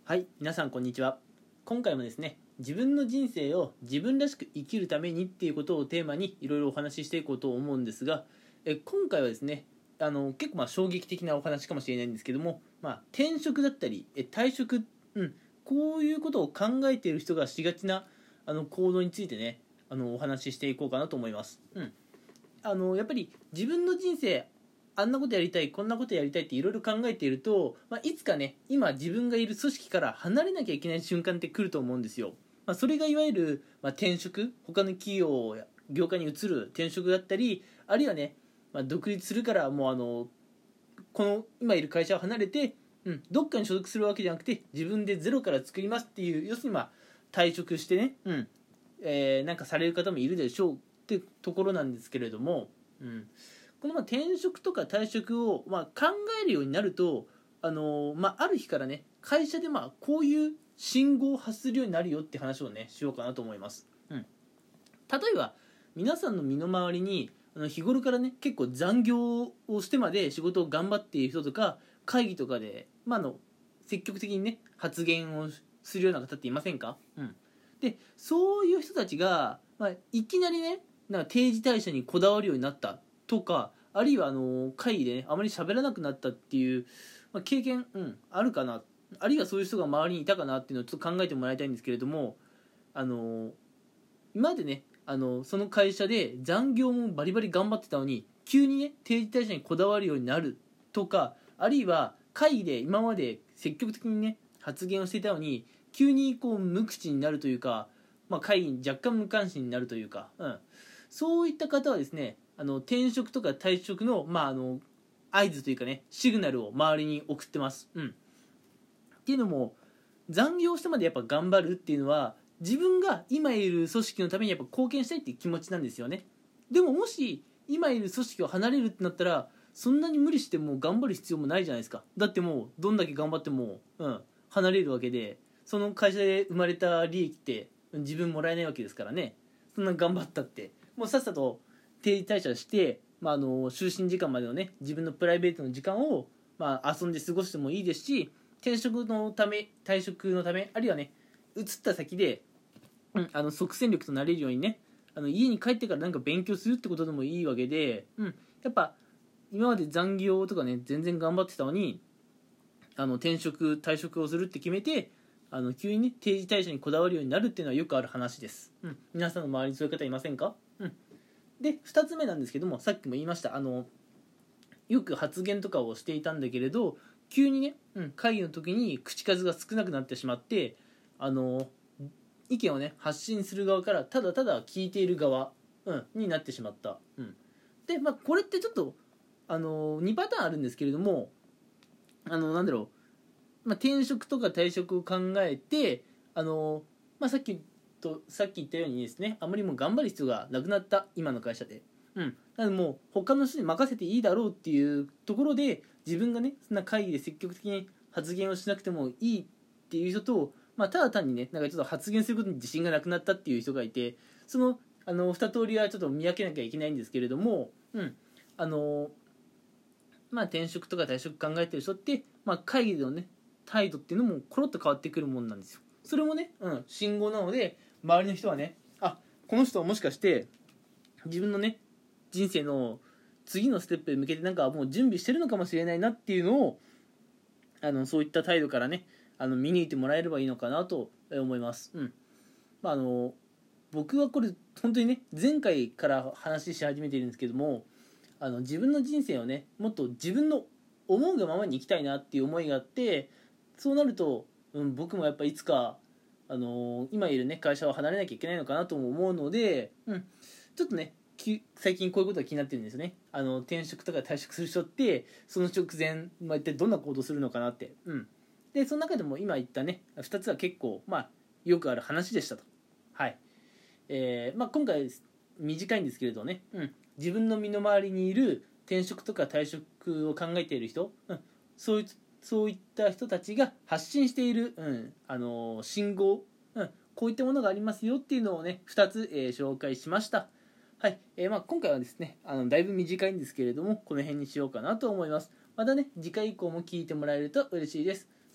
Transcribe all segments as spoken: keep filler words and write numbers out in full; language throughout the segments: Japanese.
はい、皆さんこんにちは。今回もですね、自分の人生を自分らしく生きるためにっていうことをテーマにいろいろお話ししていこうと思うんですが、え今回はですね、あの結構まあ衝撃的なお話かもしれないんですけども、まあ、転職だったりえ退職、うん、こういうことを考えている人がしがちなあの行動についてね、あのお話ししていこうかなと思います。うん、あのやっぱり自分の人生あんなことやりたいこんなことやりたいっていろいろ考えていると、まあ、いつかね今自分がいる組織から離れなきゃいけない瞬間って来ると思うんですよ。まあ、それがいわゆる、まあ、転職、他の企業や業界に移る転職だったり、あるいはね、まあ、独立するからもうあのこの今いる会社を離れて、うん、どっかに所属するわけじゃなくて自分でゼロから作りますっていう、要するにまあ退職してね、うんえー、なんかされる方もいるでしょうってところなんですけれども、うんこのまあ転職とか退職をまあ考えるようになると、あのーまあ、ある日からね会社でまあこういう信号を発するようになるよって話をねしようかなと思います。うん、例えば皆さんの身の回りにあの日頃からね結構残業をしてまで仕事を頑張っている人とか、会議とかで、まあ、あの積極的にね発言をするような方っていませんか？うん、でそういう人たちが、まあ、いきなりねなんか定時退社にこだわるようになったとか、あるいはあの会議でねあまり喋らなくなったっていう、まあ、経験、うん、あるかな、あるいはそういう人が周りにいたかなっていうのをちょっと考えてもらいたいんですけれども、あの今までねあのその会社で残業もバリバリ頑張ってたのに急にね定時退社にこだわるようになるとか、あるいは会議で今まで積極的にね発言をしていたのに急にこう無口になるというか、まあ、会議に若干無関心になるというか、うん、そういった方はですねあの転職とか退職の,、まあ、あの合図というかねシグナルを周りに送ってます。うん、っていうのも残業してまでやっぱ頑張るっていうのは自分が今いる組織のためにやっぱ貢献したいっていう気持ちなんですよね。でももし今いる組織を離れるってなったらそんなに無理してもう頑張る必要もないじゃないですか。だってもうどんだけ頑張っても、うん、離れるわけで、その会社で生まれた利益って自分もらえないわけですからね。そんな頑張ったってもうさっさと定時退社して、まあ、あの就寝時間までのね自分のプライベートの時間を、まあ、遊んで過ごしてもいいですし、転職のため退職のため、あるいはね移った先で、うん、あの即戦力となれるようにねあの家に帰ってからなんか勉強するってことでもいいわけで、うん、やっぱ今まで残業とかね全然頑張ってたのにあの転職退職をするって決めてあの急にね定時退社にこだわるようになるっていうのはよくある話です。うん、皆さんの周りにそういう方いませんか？うん、でふたつめなんですけども、さっきも言いましたあのよく発言とかをしていたんだけれど急にね、うん、会議の時に口数が少なくなってしまってあの意見をね発信する側からただただ聞いている側、うん、になってしまった。うん、で、まあ、これってちょっとあのにパターンあるんですけれども、あのなんだろう、まあ、転職とか退職を考えてあの、まあ、さっきとさっき言ったようにですねあまりもう頑張る必要がなくなった今の会社で、うん、なのでもう他の人に任せていいだろうっていうところで自分がねそんな会議で積極的に発言をしなくてもいいっていう人と、まあ、ただ単にねなんかちょっと発言することに自信がなくなったっていう人がいて、そのあの二通りはちょっと見分けなきゃいけないんですけれども、うんあのまあ、転職とか退職考えてる人って、まあ、会議でのね態度っていうのもコロッと変わってくるもんなんですよ。それもね、うん、信号なので周りの人はねあこの人はもしかして自分のね人生の次のステップへ向けてなんかもう準備してるのかもしれないなっていうのをあのそういった態度からねあの見抜いてもらえればいいのかなと思います。うんまあ、あの僕はこれ本当にね前回から話し始めているんですけども、あの自分の人生をねもっと自分の思うがままに生きたいなっていう思いがあって、そうなると、うん、僕もやっぱいつか、あのー今いるね会社を離れなきゃいけないのかなとも思うので、うん、ちょっとねき最近こういうことが気になってるんですよね。あの転職とか退職する人ってその直前、まあ、一体どんな行動するのかなって、うん、でその中でも今言ったねふたつは結構まあよくある話でしたと。はいえーまあ、今回短いんですけれどね、うん、自分の身の回りにいる転職とか退職を考えている人、うん、そういそういった人たちが発信している、うんあのー信号、うん、こういったものがありますよっていうのをねふたつ、えー紹介しました。はいえーまあ、今回はですねあのだいぶ短いんですけれどもこの辺にしようかなと思います。またね次回以降も聞いてもらえると嬉しいです。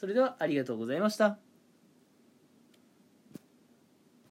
それではありがとうございました。